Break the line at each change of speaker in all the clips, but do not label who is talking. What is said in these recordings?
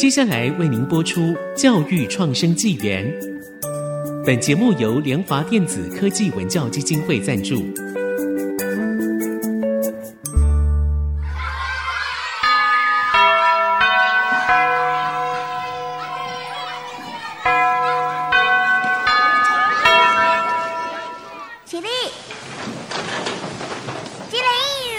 接下来为您播出教育创生纪元。本节目由联华电子科技文教基金会赞助。
起立！起立！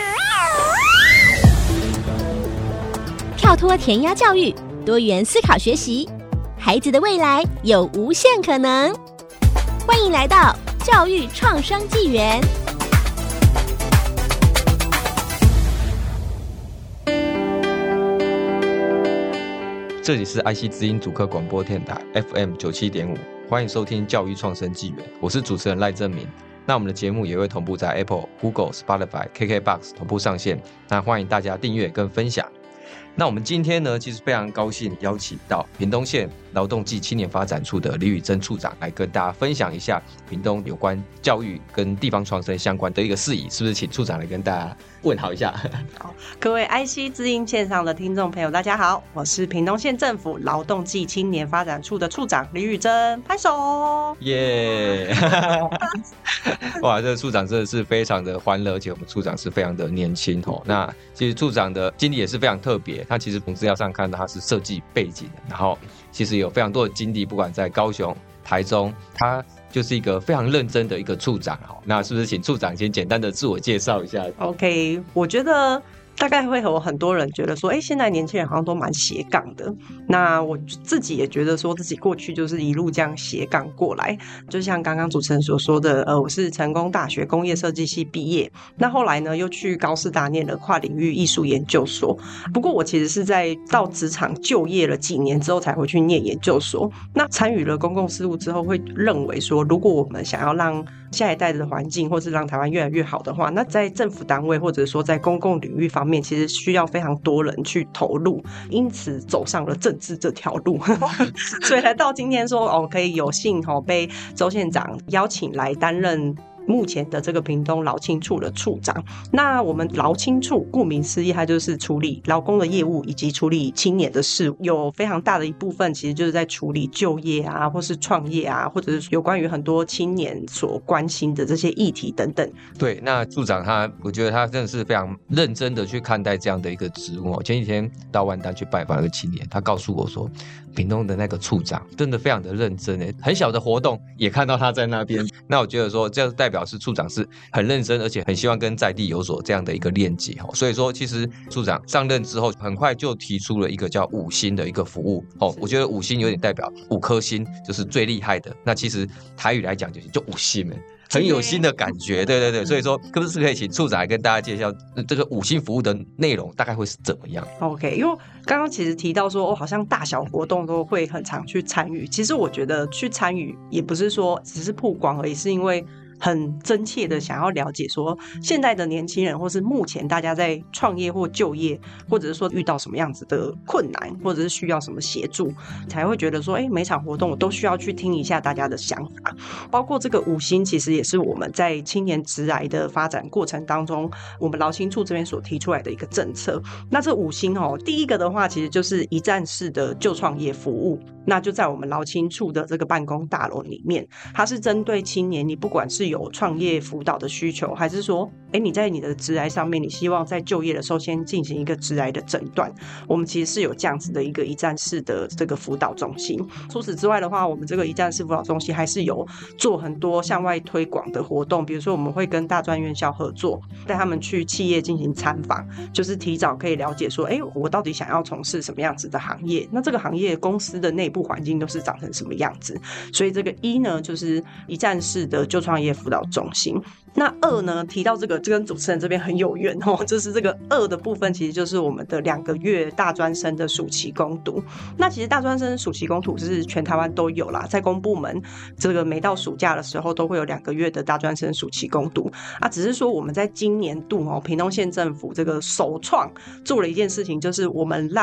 跳脱填鸭教育，多元思考学习，孩子的未来有无限可能。欢迎来到教育创生纪元。
这里是爱惜之音主客广播电台 FM 97.5，欢迎收听教育创生纪元，我是主持人赖正明。那我们的节目也会同步在 Apple、Google、Spotify、KKBOX 同步上线，那欢迎大家订阅跟分享。那我们今天呢，其实非常高兴邀请到屏东县劳动暨青年发展处的李宇珍处长来跟大家分享一下屏东有关教育跟地方创生相关的一个事宜，是不是请处长来跟大家问好一下？
好，各位爱惜之音线上的听众朋友，大家好，我是屏东县政府劳动暨青年发展处的处长李宇珍，拍手！
耶！哇，这个处长真的是非常的欢乐，而且我们处长是非常的年轻哦。那其实处长的经历也是非常特别，他其实从资料上看到他是设计背景的，然后其实有非常多的经历，不管在高雄、台中，他就是一个非常认真的一个处长。那是不是请处长先简单的自我介绍一下
？OK， 我觉得大概会有很多人觉得说，现在年轻人好像都蛮斜杠的。那我自己也觉得说自己过去就是一路这样斜杠过来，就像刚刚主持人所说的，我是成功大学工业设计系毕业，那后来呢又去高师大念了跨领域艺术研究所。不过我其实是在到职场就业了几年之后才回去念研究所。那参与了公共事务之后，会认为说，如果我们想要让下一代的环境或是让台湾越来越好的话，那在政府单位或者说在公共领域方面，其实需要非常多人去投入，因此走上了政治这条路所以来到今天说可以有幸被周县长邀请来担任目前的这个屏东劳青处的处长。那我们劳青处顾名思义，它就是处理劳工的业务以及处理青年的事务，有非常大的一部分其实就是在处理就业啊，或是创业啊，或者是有关于很多青年所关心的这些议题等等。
对，那处长我觉得他真的是非常认真的去看待这样的一个职务。前几天到万丹去拜访一个青年，他告诉我说，屏东的那个处长真的非常的认真，很小的活动也看到他在那边。那我觉得说，这代表是处长是很认真，而且很希望跟在地有所这样的一个链接。所以说，其实处长上任之后，很快就提出了一个叫5星的一个服务。我觉得5星有点代表5颗星，就是最厉害的。那其实台语来讲就5星了。很有心的感觉，对对对，所以说是不是可以请处长来跟大家介绍这个5星服务的内容大概会是怎么样
？OK， 因为刚刚其实提到说，好像大小活动都会很常去参与。其实我觉得去参与也不是说只是曝光而已，是因为很真切的想要了解说现在的年轻人或是目前大家在创业或就业，或者是说遇到什么样子的困难，或者是需要什么协助，才会觉得说每场活动我都需要去听一下大家的想法。包括这个5星其实也是我们在青年职涯的发展过程当中，我们劳青处这边所提出来的一个政策。那这5星第一个的话其实就是一站式的就创业服务，那就在我们劳青处的这个办公大楼里面，它是针对青年，你不管是有创业辅导的需求，还是说你在你的职涯上面你希望在就业的时候先进行一个职涯的诊断，我们其实是有这样子的一个一站式的这个辅导中心。除此之外的话，我们这个一站式辅导中心还是有做很多向外推广的活动，比如说我们会跟大专院校合作，带他们去企业进行参访，就是提早可以了解说我到底想要从事什么样子的行业，那这个行业公司的内部环境都是长成什么样子。所以这个1呢就是一站式的就创业辅导中心。那2呢，提到这个就跟主持人这边很有缘就是这个2的部分其实就是我们的2个月大专生的暑期工读。那其实大专生暑期工读是全台湾都有啦，在公部门这个每到暑假的时候都会有2个月的大专生暑期工读只是说我们在今年度屏东县政府这个首创做了一件事情，就是我们让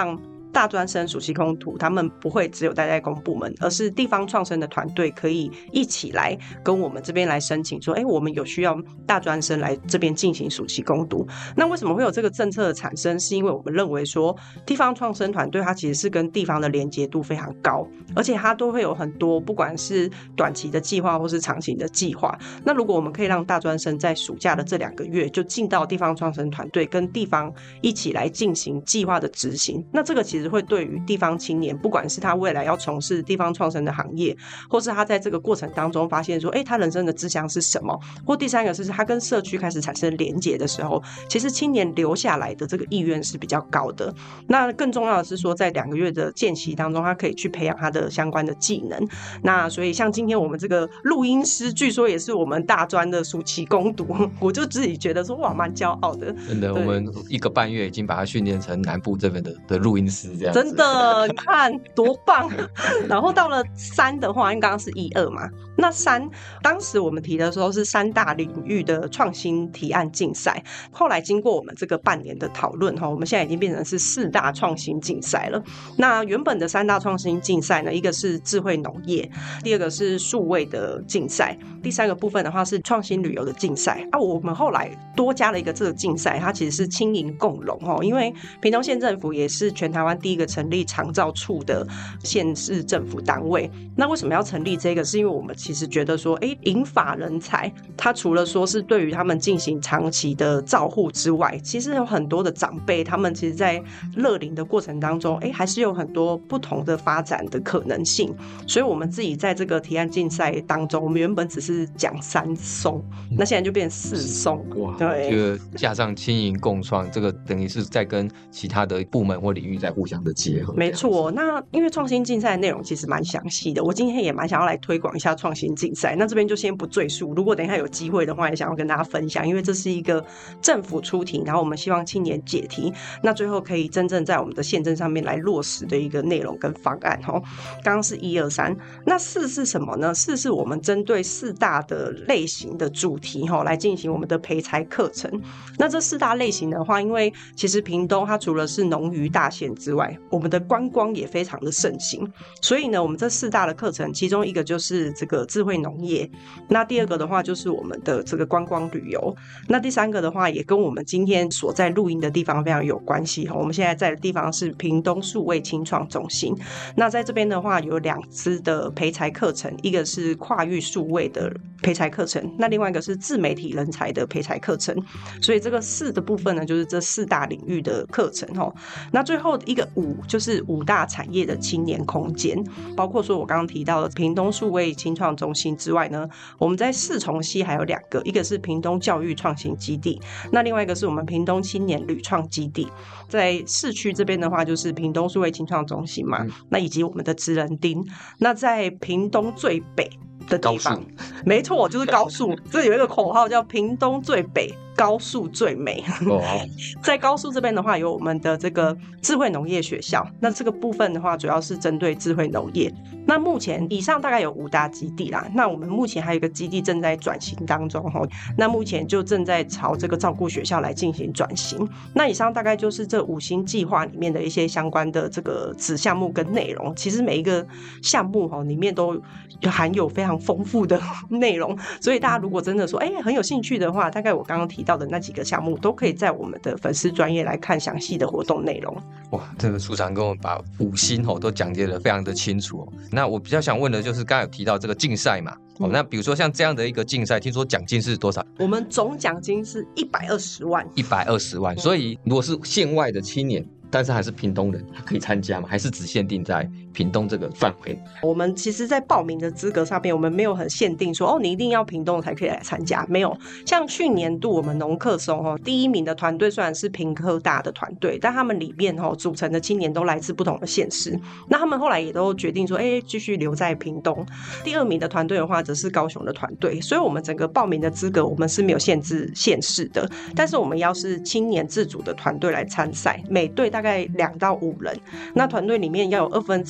大专生暑期工读他们不会只有待在公部门，而是地方创生的团队可以一起来跟我们这边来申请说，我们有需要大专生来这边进行暑期工读。那为什么会有这个政策的产生？是因为我们认为说地方创生团队它其实是跟地方的连结度非常高，而且它都会有很多不管是短期的计划或是长期的计划。那如果我们可以让大专生在暑假的这2个月就进到地方创生团队跟地方一起来进行计划的执行，那这个其实会对于地方青年，不管是他未来要从事地方创生的行业，或是他在这个过程当中发现说他人生的志向是什么，或第3个是他跟社区开始产生连结的时候，其实青年留下来的这个意愿是比较高的。那更重要的是说在2个月的见习当中，他可以去培养他的相关的技能。那所以像今天我们这个录音师据说也是我们大专的暑期工读，我就自己觉得说哇蛮骄傲的。
真的，我们1个半月已经把他训练成南部这边的录音师这样子。
真的，你看多棒。然后到了3的话，因为刚刚是1、2嘛，那3当时我们提的时候是3大领域的创新提案竞赛，后来经过我们这个半年的讨论，我们现在已经变成是4大创新竞赛了。那原本的3大创新竞赛呢，一个是智慧农业，第2个是数位的竞赛，第3个部分的话是创新旅游的竞赛我们后来多加了一个这个竞赛，它其实是青银共融因为屏东县政府也是全台湾第一个成立长照处的县市政府单位。那为什么要成立这个？是因为我们其实觉得说银发人才他除了说是对于他们进行长期的照护之外，其实有很多的长辈他们其实在乐龄的过程当中还是有很多不同的发展的可能性。所以我们自己在这个提案竞赛当中，我们原本只是讲3松，那现在就变4松。
哇，
对，
这个加上青银共创，这个等于是在跟其他的部门或领域在互相的结合。
没错，那因为创新竞赛的内容其实蛮详细的，我今天也蛮想要来推广一下创新竞赛，那这边就先不赘述，如果等一下有机会的话也想要跟大家分享，因为这是一个政府出题，然后我们希望青年解题，那最后可以真正在我们的县政上面来落实的一个内容跟方案。刚刚是1、2、3，那4是什么呢？4是我们针对4大的类型的主题来进行我们的培才课程。那这4大类型的话，因为其实屏东它除了是农渔大县之外，我们的观光也非常的盛行，所以呢我们这4大的课程，其中一个就是这个智慧农业，那第2个的话就是我们的这个观光旅游，那第3个的话也跟我们今天所在录音的地方非常有关系。我们现在在的地方是屏东数位青创中心，那在这边的话有2支的培才课程，一个是跨域数位的培才课程，那另外一个是自媒体人才的培才课程。所以这个4的部分呢，就是这4大领域的课程。那最后一个5就是5大产业的青年空间，包括说我刚刚提到的屏东数位青创中心之外呢，我们在4重溪还有2个，一个是屏东教育创新基地，那另外一个是我们屏东青年旅创基地。在市区这边的话就是屏东数位青创中心嘛，那以及我们的职人町。那在屏东最北的地方，没错，就是高速。这有一个口号叫屏东最北，高速最美。在高速这边的话，有我们的这个智慧农业学校，那这个部分的话主要是针对智慧农业。那目前以上大概有5大基地啦，那我们目前还有一个基地正在转型当中，那目前就正在朝这个照顾学校来进行转型。那以上大概就是这5星计划里面的一些相关的这个子项目跟内容，其实每一个项目里面都含有非常丰富的内容，所以大家如果真的说很有兴趣的话，大概我刚刚提到的那几个项目都可以在我们的粉丝专页来看详细的活动内容。
哇，这个处长跟我们把5星都讲解得非常的清楚。那我比较想问的就是刚才有提到这个竞赛嘛，那比如说像这样的一个竞赛，听说奖金是多少？
我们总奖金是120万。
120万，所以如果是县外的青年，但是还是屏东人，他可以参加吗？还是只限定在屏东这个范围？
我们其实在报名的资格上面，我们没有很限定说你一定要屏东才可以来参加，没有。像去年度我们农客松第1名的团队虽然是屏科大的团队，但他们里面组成的青年都来自不同的县市，那他们后来也都决定说继续留在屏东。第2名的团队的话则是高雄的团队，所以我们整个报名的资格我们是没有限制县市的，但是我们要是青年自主的团队来参赛，每队大概2到5人，那团队里面要有1/2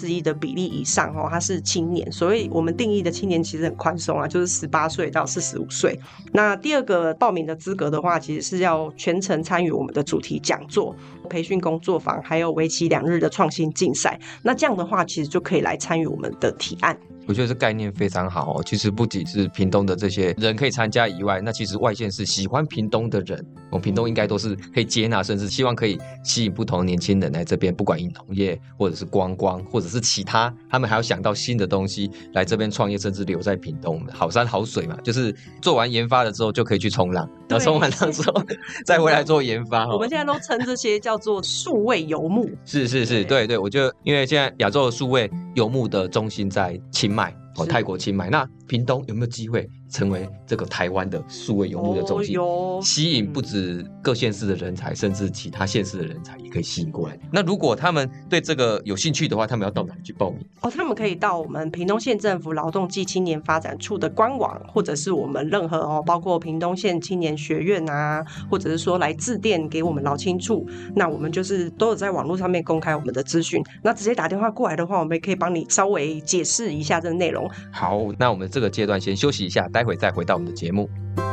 1/4的比例以上它是青年。所以我们定义的青年其实很宽松就是18岁到45岁。那第二个报名的资格的话，其实是要全程参与我们的主题讲座、培训工作坊，还有为期2日的创新竞赛。那这样的话，其实就可以来参与我们的提案。
我觉得这概念非常好其实不仅是屏东的这些人可以参加以外，那其实外县市喜欢屏东的人，屏东应该都是可以接纳，甚至希望可以吸引不同的年轻人来这边，不管以农业或者是观光或者是其他，他们还要想到新的东西来这边创业，甚至留在屏东。好山好水嘛，就是做完研发了之后就可以去冲浪，然后冲完浪之后再回来做研发。
我们现在都称这些叫做数位游牧。
是，对，我觉得因为现在亚洲的数位游牧的中心在清迈泰国清迈，那屏东有没有机会成为这个台湾的数位游牧的中心，吸引不止各县市的人才，甚至其他县市的人才也可以吸引过来。那如果他们对这个有兴趣的话，他们要到哪里去报名？
他们可以到我们屏东县政府劳动暨青年发展处的官网，或者是我们任何包括屏东县青年学院或者是说来致电给我们劳青处，那我们就是都有在网络上面公开我们的资讯。那直接打电话过来的话，我们也可以帮你稍微解释一下这个内容。
好，那我们这个阶段先休息一下，待会再回到我们的节目。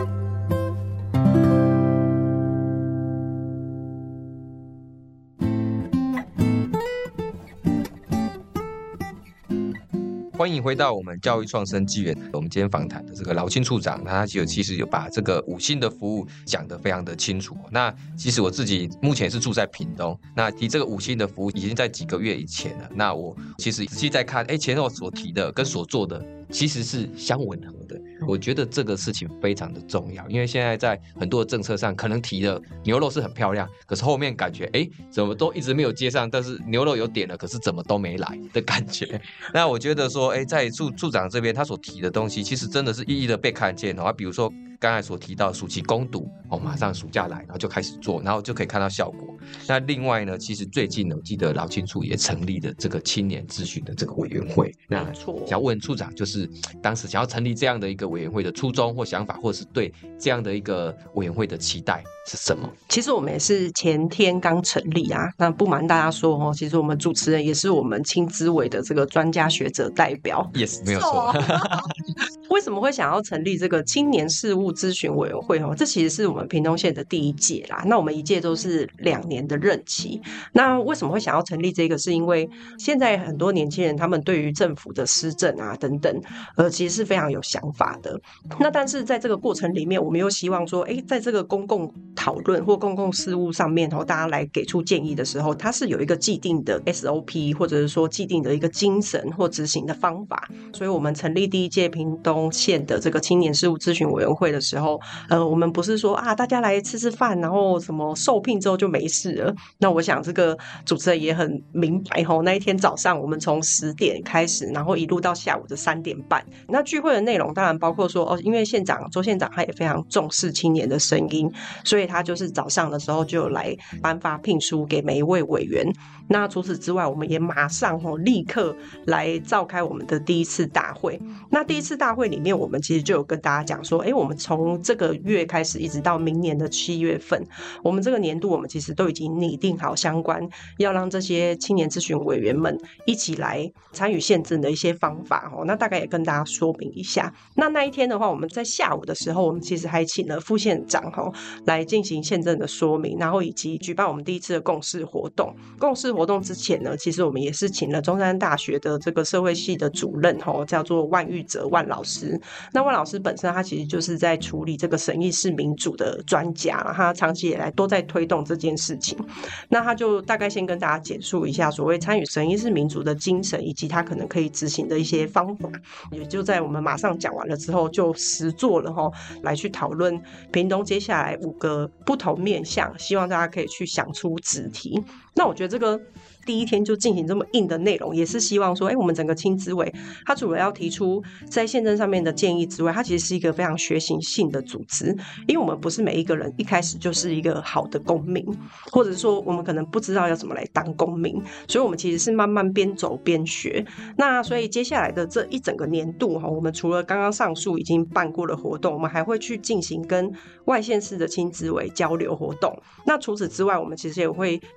欢迎回到我们教育创生纪元。我们今天访谈的这个劳青处长，他其实有把这个5星的服务讲得非常的清楚。那其实我自己目前是住在屏东，那提这个5星的服务已经在几个月以前了。那我其实仔细在看，前后所提的跟所做的其实是相吻合的。我觉得这个事情非常的重要，因为现在在很多的政策上可能提的牛肉是很漂亮，可是后面感觉怎么都一直没有接上，但是牛肉有点了，可是怎么都没来的感觉。那我觉得说在处长这边他所提的东西其实真的是一一的被看见比如说刚才所提到暑期攻读马上暑假来，然后就开始做，然后就可以看到效果。那另外呢，其实最近呢，我记得劳青处也成立了这个青年咨询的这个委员会。那想问处长，就是当时想要成立这样的一个委员会的初衷或想法，或者是对这样的一个委员会的期待是什么？
其实我们也是前天刚成立那不瞒大家说其实我们主持人也是我们青资委的这个专家学者代表。
Yes， 没有错。
为什么会想要成立这个青年事务咨询委员会这其实是我们屏东县的第1届啦。那我们1届都是2年的任期。那为什么会想要成立这个，是因为现在很多年轻人他们对于政府的施政等等其实是非常有想法的。那但是在这个过程里面，我们又希望说在这个公共讨论或公共事务上面大家来给出建议的时候，它是有一个既定的 SOP 或者是说既定的一个精神或执行的方法。所以我们成立第1届屏东县的这个青年事务咨询委员会的时候，我们不是说大家来吃吃饭，然后什么受聘之后就没事了。那我想这个主持人也很明白那一天早上我们从10点开始，然后一路到下午的3点半。那聚会的内容当然包括说因为周县长他也非常重视青年的声音，所以他就是早上的时候就来颁发聘书给每一位委员。那除此之外，我们也马上立刻来召开我们的第1次大会。那第1次大会里面，我们其实就有跟大家讲说我们从这个月开始一直到明年的7月份，我们这个年度我们其实都已经拟定好相关要让这些青年咨询委员们一起来参与宪政的一些方法那大概也跟大家说明一下。那一天的话，我们在下午的时候，我们其实还请了副县长来进行宪政的说明，然后以及举办我们第1次的共识活动。共识活动之前呢，其实我们也是请了中山大学的这个社会系的主任叫做万玉哲万老师。那万老师本身他其实就是在处理这个审议式民主的专家，他长期以来都在推动这件事情。那他就大概先跟大家简述一下所谓参与审议式民主的精神，以及他可能可以执行的一些方法。也就在我们马上讲完了之后，就实作了来去讨论屏东接下来5个不同面向，希望大家可以去想出子题。那我觉得这个第1天就进行这么硬的内容，也是希望说我们整个青资委它除了要提出在宪政上面的建议之外，它其实是一个非常学习性的组织。因为我们不是每一个人一开始就是一个好的公民，或者说我们可能不知道要怎么来当公民，所以我们其实是慢慢边走边学。那所以接下来的这一整个年度我们除了刚刚上述已经办过的活动，我们还会去进行跟外县市的青资委交流活动。那除此之外，我们其实也会举办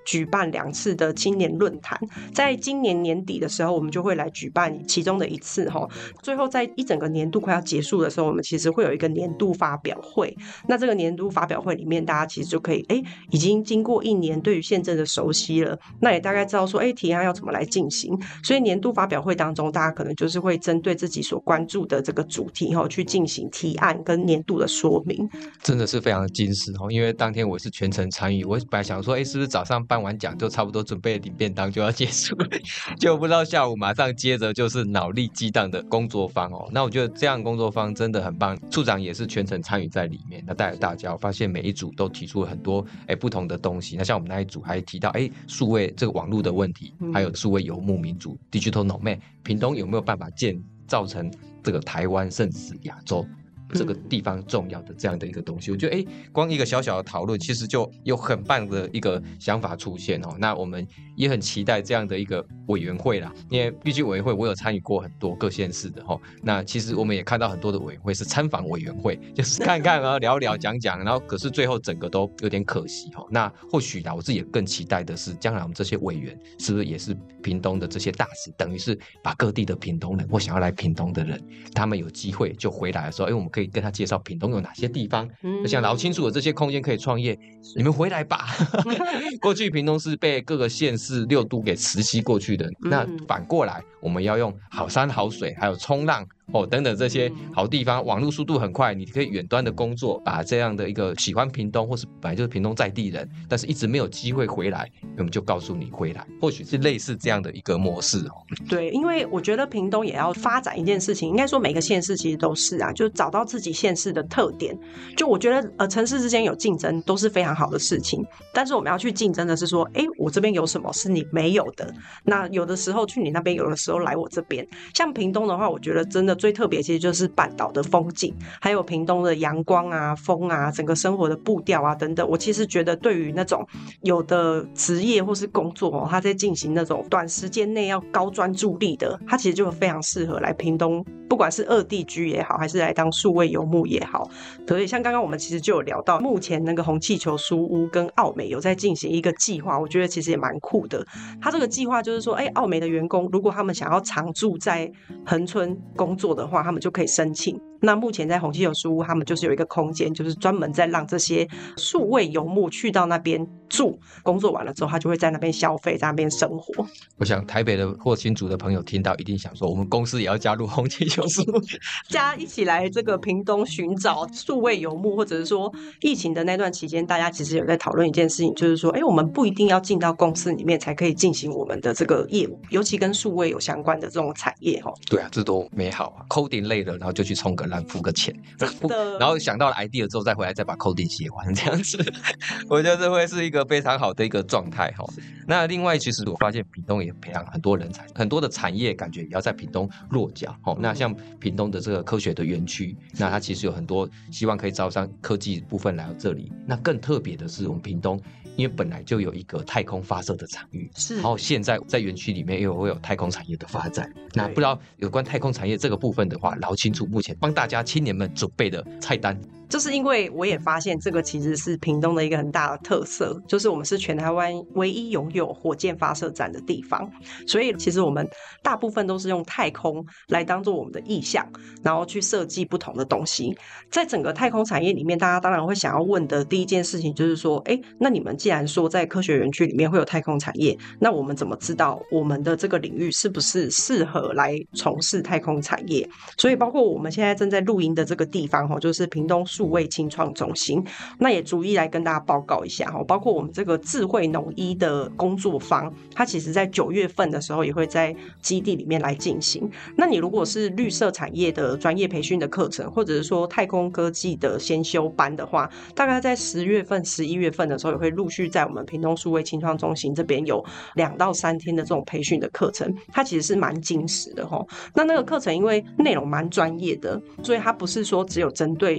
办2次的青年论坛，在今年年底的时候，我们就会来举办其中的1次哈。最后在一整个年度快要结束的时候，我们其实会有一个年度发表会。那这个年度发表会里面，大家其实就可以已经经过1年对于宪政的熟悉了，那也大概知道说提案要怎么来进行。所以年度发表会当中，大家可能就是会针对自己所关注的这个主题去进行提案跟年度的说明。
真的是非常精实因为当天我是全程参与，我本来想说是不是早上办完讲就差不多准备领便当就要结束了，结果不知道下午马上接着就是脑力激荡的工作坊那我觉得这样的工作坊真的很棒，处长也是全程参与在里面，那带着大家，我发现每一组都提出了很多不同的东西。那像我们那一组还提到数位这个网络的问题，还有数位游牧民主 Digital Nomad， 屏东有没有办法建造成这个台湾甚至是亚洲这个地方重要的这样的一个东西。我觉得光一个小小的讨论其实就有很棒的一个想法出现那我们也很期待这样的一个委员会啦，因为毕竟委员会我有参与过很多各县市的那其实我们也看到很多的委员会是参访委员会，就是看看聊聊讲讲，然后可是最后整个都有点可惜那或许我自己也更期待的是，将来我们这些委员是不是也是屏东的这些大使，等于是把各地的屏东人或想要来屏东的人，他们有机会就回来的时候我们可以跟他介绍屏东有哪些地方，想聊清楚有这些空间可以创业，你们回来吧过去屏东是被各个县市6都给磁吸过去的，那反过来我们要用好山好水还有冲浪等等这些好地方，网络速度很快，你可以远端的工作，把这样的一个喜欢屏东或是本来就是屏东在地人但是一直没有机会回来，我们就告诉你回来，或许是类似这样的一个模式
对，因为我觉得屏东也要发展一件事情，应该说每个县市其实都是就是找到自己县市的特点。就我觉得城市之间有竞争都是非常好的事情，但是我们要去竞争的是说我这边有什么是你没有的，那有的时候去你那边，有的时候来我这边。像屏东的话，我觉得真的最特别其实就是半岛的风景，还有屏东的阳光啊、风啊、整个生活的步调啊等等。我其实觉得对于那种有的职业或是工作他在进行那种短时间内要高专注力的，他其实就非常适合来屏东，不管是2地居也好，还是来当数位游牧也好。所以像刚刚我们其实就有聊到，目前那个红气球书屋跟奥美有在进行一个计划，我觉得其实也蛮酷的。他这个计划就是说奥美的员工如果他们想要常住在恒春工作的话，他们就可以申请。那目前在红气球书屋他们就是有一个空间，就是专门在让这些数位游牧去到那边住，工作完了之后他就会在那边消费，在那边生活。
我想台北的或新竹的朋友听到一定想说，我们公司也要加入红气球书屋
大家一起来这个屏东寻找数位游牧，或者是说疫情的那段期间，大家其实有在讨论一件事情，就是说我们不一定要进到公司里面才可以进行我们的这个业务，尤其跟数位有相关的这种产业
对啊，这多美好啊 coding 累了然后就去冲个浪付个钱，然后想到了 idea 之后再回来再把 coding 写完，这样子我觉得这会是一个非常好的一个状态那另外其实我发现屏东也培养很多人才，很多的产业感觉也要在屏东落脚那像屏东的这个科学的园区，那它其实有很多希望可以招商科技部分来到这里。那更特别的是我们屏东因为本来就有一个太空发射的场域，然后现在在园区里面又会有太空产业的发展。那不知道有关太空产业这个部分的话，老清楚目前帮大家青年们准备的菜单。
就是因为我也发现这个其实是屏东的一个很大的特色，就是我们是全台湾唯一拥有火箭发射站的地方，所以其实我们大部分都是用太空来当做我们的意象，然后去设计不同的东西。在整个太空产业里面，大家当然会想要问的第一件事情就是说那你们既然说在科学园区里面会有太空产业，那我们怎么知道我们的这个领域是不是适合来从事太空产业？所以包括我们现在正在录音的这个地方就是屏东数位青创中心，那也逐一来跟大家报告一下包括我们这个智慧农医的工作坊，它其实在9月份的时候也会在基地里面来进行。那你如果是绿色产业的专业培训的课程，或者是说太空科技的先修班的话，大概在10月份、11月份的时候也会陆续在我们屏东数位青创中心这边有2到3天的这种培训的课程，它其实是蛮精实的那个课程因为内容蛮专业的，所以它不是说只有针对学生，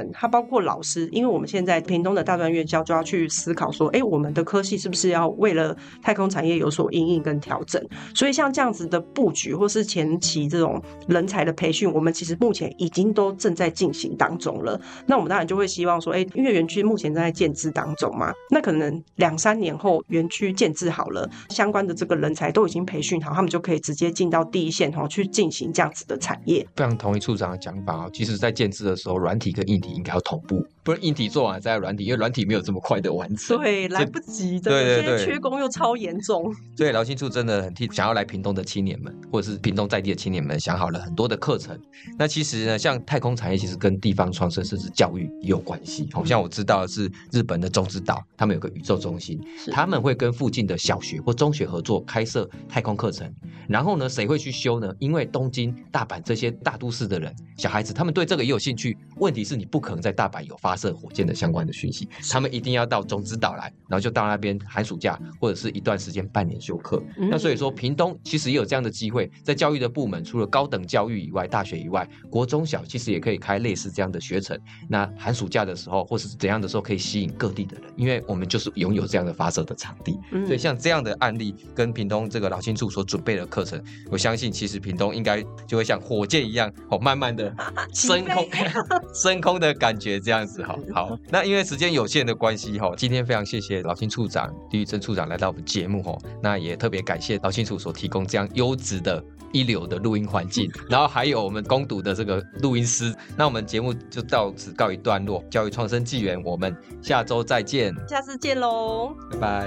人，它包括老师，因为我们现在屏东的大专院校就要去思考说，我们的科系是不是要为了太空产业有所因应跟调整，所以像这样子的布局或是前期这种人才的培训，我们其实目前已经都正在进行当中了。那我们当然就会希望说，因为园区目前正在建制当中嘛，那可能2-3年后园区建制好了，相关的这个人才都已经培训好，他们就可以直接进到第一线去进行这样子的产业。
非常同意处长的讲法，其实在建制的时候，软体跟硬体应该要同步，不然硬体做完再软体，因为软体没有这么快的完成，
对，来不及的。
对，
现在缺工又超严重。
所以劳青处真的很替想要来屏东的青年们，或者是屏东在地的青年们想好了很多的课程。那其实呢，像太空产业其实跟地方创生甚至教育也有关系。像我知道的是日本的中之岛，他们有个宇宙中心，他们会跟附近的小学或中学合作开设太空课程。然后呢，谁会去修呢？因为东京、大阪这些大都市的人，小孩子他们对这个也有兴趣。问题是你不可能在大阪有发射火箭的相关的讯息，他们一定要到中之岛来，然后就到那边寒暑假或者是一段时间半年修课。那所以说屏东其实也有这样的机会，在教育的部门除了高等教育以外，大学以外，国中小其实也可以开类似这样的学程。那寒暑假的时候或是怎样的时候可以吸引各地的人，因为我们就是拥有这样的发射的场地。所以像这样的案例跟屏东这个劳青处所准备的课程，我相信其实屏东应该就会像火箭一样慢慢的升空的感觉这样子。好，那因为时间有限的关系，今天非常谢谢劳青处长李宇珍处长来到我们节目，那也特别感谢劳青处所提供这样优质的一流的录音环境，然后还有我们攻读的这个录音师。那我们节目就到此告一段落，教育创生纪元，我们下周再见，
下次见咯，
拜拜。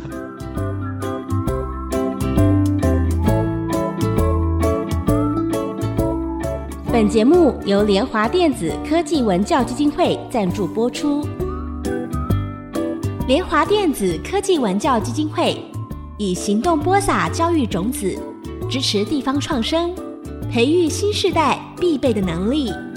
本节目由联华电子科技文教基金会赞助播出。联华电子科技文教基金会以行动播撒教育种子，支持地方创生，培育新世代必备的能力。